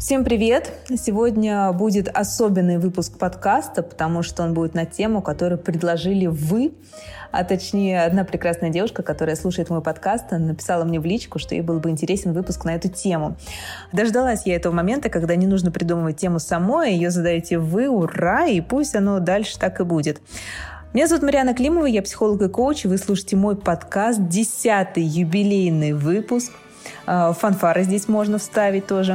Всем привет! Сегодня будет особенный выпуск подкаста, потому что он будет на тему, которую предложили вы, а точнее одна прекрасная девушка, которая слушает мой подкаст, написала мне в личку, что ей был бы интересен выпуск на эту тему. Дождалась я этого момента, когда не нужно придумывать тему самой, ее задаете вы, ура, и пусть оно дальше так и будет. Меня зовут Марьяна Климова, я психолог и коуч, и вы слушаете мой подкаст, 10-й юбилейный выпуск. Фанфары здесь можно вставить тоже.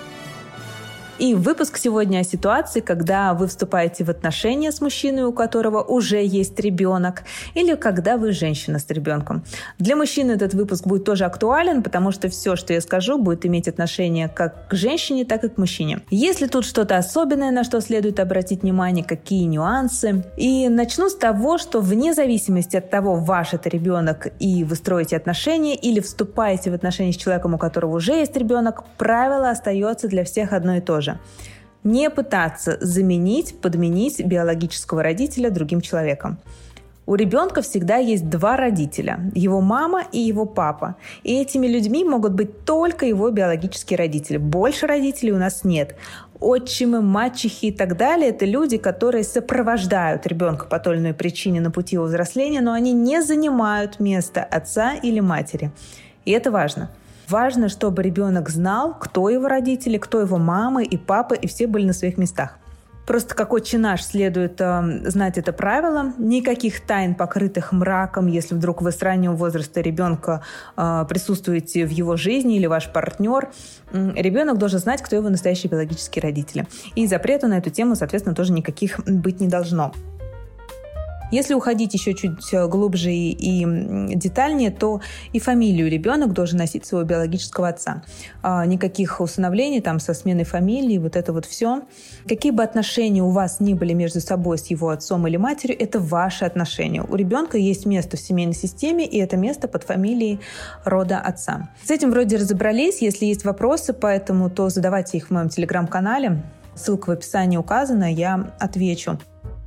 И выпуск сегодня о ситуации, когда вы вступаете в отношения с мужчиной, у которого уже есть ребенок, или когда вы женщина с ребенком. Для мужчины этот выпуск будет тоже актуален, потому что все, что я скажу, будет иметь отношение как к женщине, так и к мужчине. Если тут что-то особенное, на что следует обратить внимание, какие нюансы. И начну с того, что вне зависимости от того, ваш это ребенок и вы строите отношения, или вступаете в отношения с человеком, у которого уже есть ребенок, правило остается для всех одно и то же. Не пытаться заменить, подменить биологического родителя другим человеком. У ребенка всегда есть два родителя – его мама и его папа. И этими людьми могут быть только его биологические родители. Больше родителей у нас нет. Отчимы, мачехи и так далее – это люди, которые сопровождают ребенка по той или иной причине на пути его взросления, но они не занимают место отца или матери. И это важно. Важно, чтобы ребенок знал, кто его родители, кто его мама и папа, и все были на своих местах. Просто как отче наш следует знать это правило. Никаких тайн, покрытых мраком, если вдруг вы с раннего возраста ребенка присутствуете в его жизни или ваш партнер. Ребенок должен знать, кто его настоящие биологические родители. И запрета на эту тему, соответственно, тоже никаких быть не должно. Если уходить еще чуть глубже и детальнее, то и фамилию ребенок должен носить своего биологического отца. Никаких усыновлений там, со сменой фамилии, вот это вот все. Какие бы отношения у вас ни были между собой с его отцом или матерью, это ваши отношения. У ребенка есть место в семейной системе, и это место под фамилией рода отца. С этим вроде разобрались. Если есть вопросы по этому, то задавайте их в моем телеграм-канале. Ссылка в описании указана, я отвечу.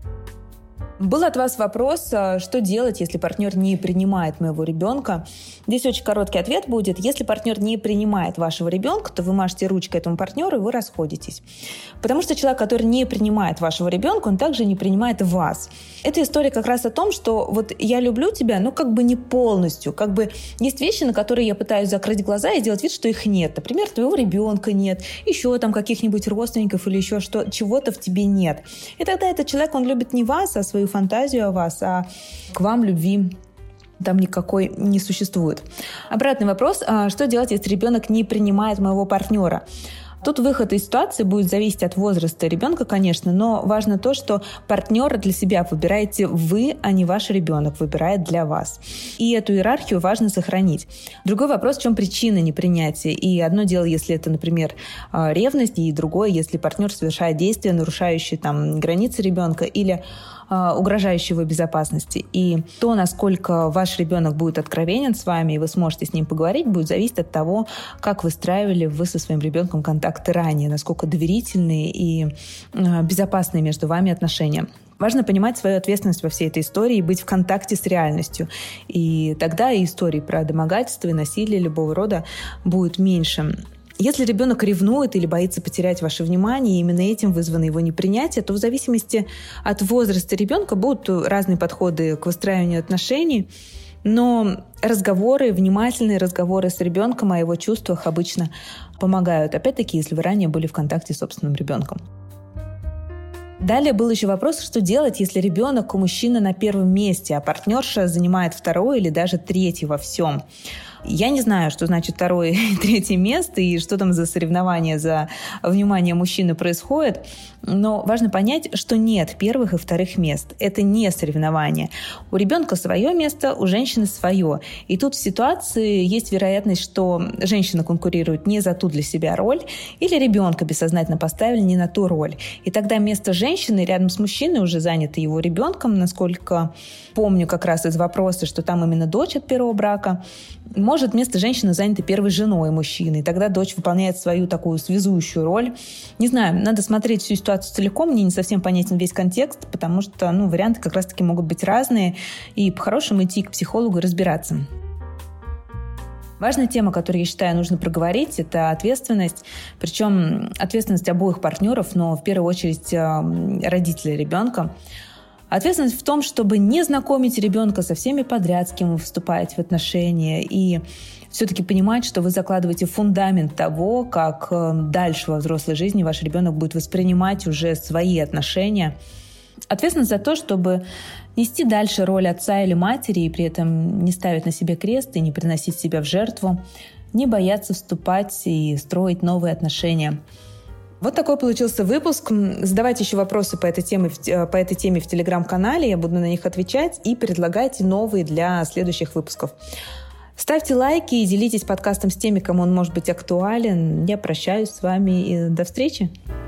Был от вас вопрос, что делать, если партнер не принимает моего ребенка. Здесь очень короткий ответ будет. Если партнер не принимает вашего ребенка, то вы машете ручкой этому партнеру, и вы расходитесь. Потому что человек, который не принимает вашего ребенка, он также не принимает вас. Эта история как раз о том, что вот я люблю тебя, но как бы не полностью. Как бы есть вещи, на которые я пытаюсь закрыть глаза и делать вид, что их нет. Например, твоего ребенка нет, еще там каких-нибудь родственников или еще чего-то в тебе нет. И тогда этот человек, он любит не вас, а свою фантазию о вас, а к вам любви там никакой не существует. Обратный вопрос. Что делать, если ребенок не принимает моего партнера? Тут выход из ситуации будет зависеть от возраста ребенка, конечно, но важно то, что партнера для себя выбираете вы, а не ваш ребенок выбирает для вас. И эту иерархию важно сохранить. Другой вопрос, в чем причина непринятия. И одно дело, если это, например, ревность, и другое, если партнер совершает действия, нарушающие там границы ребенка или угрожающей его безопасности. И то, насколько ваш ребенок будет откровенен с вами, и вы сможете с ним поговорить, будет зависеть от того, как выстраивали вы со своим ребенком контакты ранее, насколько доверительные и безопасные между вами отношения. Важно понимать свою ответственность во всей этой истории и быть в контакте с реальностью. И тогда и истории про домогательство и насилие любого рода будет меньше. Если ребенок ревнует или боится потерять ваше внимание, и именно этим вызвано его непринятие, то в зависимости от возраста ребенка будут разные подходы к выстраиванию отношений, но разговоры, внимательные разговоры с ребенком о его чувствах обычно помогают. Опять-таки, если вы ранее были в контакте с собственным ребенком. Далее был еще вопрос, что делать, если ребенок у мужчины на первом месте, а партнерша занимает второе или даже третье во всем. Я не знаю, что значит второе и третье место, и что там за соревнования за внимание мужчины происходит, но важно понять, что нет первых и вторых мест. Это не соревнование. У ребенка свое место, у женщины свое. И тут в ситуации есть вероятность, что женщина конкурирует не за ту для себя роль, или ребенка бессознательно поставили не на ту роль. И тогда место женщины рядом с мужчиной уже занято его ребенком, насколько помню как раз из вопроса, что там именно дочь от первого брака. Может, место женщины занято первой женой мужчины, и тогда дочь выполняет свою такую связующую роль. Не знаю, надо смотреть всю ситуацию целиком, мне не совсем понятен весь контекст, потому что варианты как раз-таки могут быть разные, и по-хорошему идти к психологу и разбираться. Важная тема, которую, я считаю, нужно проговорить, это ответственность. Причем ответственность обоих партнеров, но в первую очередь родителей ребенка. Ответственность в том, чтобы не знакомить ребенка со всеми подряд, с кем вы вступаете в отношения, и все-таки понимать, что вы закладываете фундамент того, как дальше во взрослой жизни ваш ребенок будет воспринимать уже свои отношения. Ответственность за то, чтобы нести дальше роль отца или матери и при этом не ставить на себе крест и не приносить себя в жертву, не бояться вступать и строить новые отношения. Вот такой получился выпуск. Задавайте еще вопросы по этой теме в Телеграм-канале. Я буду на них отвечать. И предлагайте новые для следующих выпусков. Ставьте лайки и делитесь подкастом с теми, кому он может быть актуален. Я прощаюсь с вами и до встречи.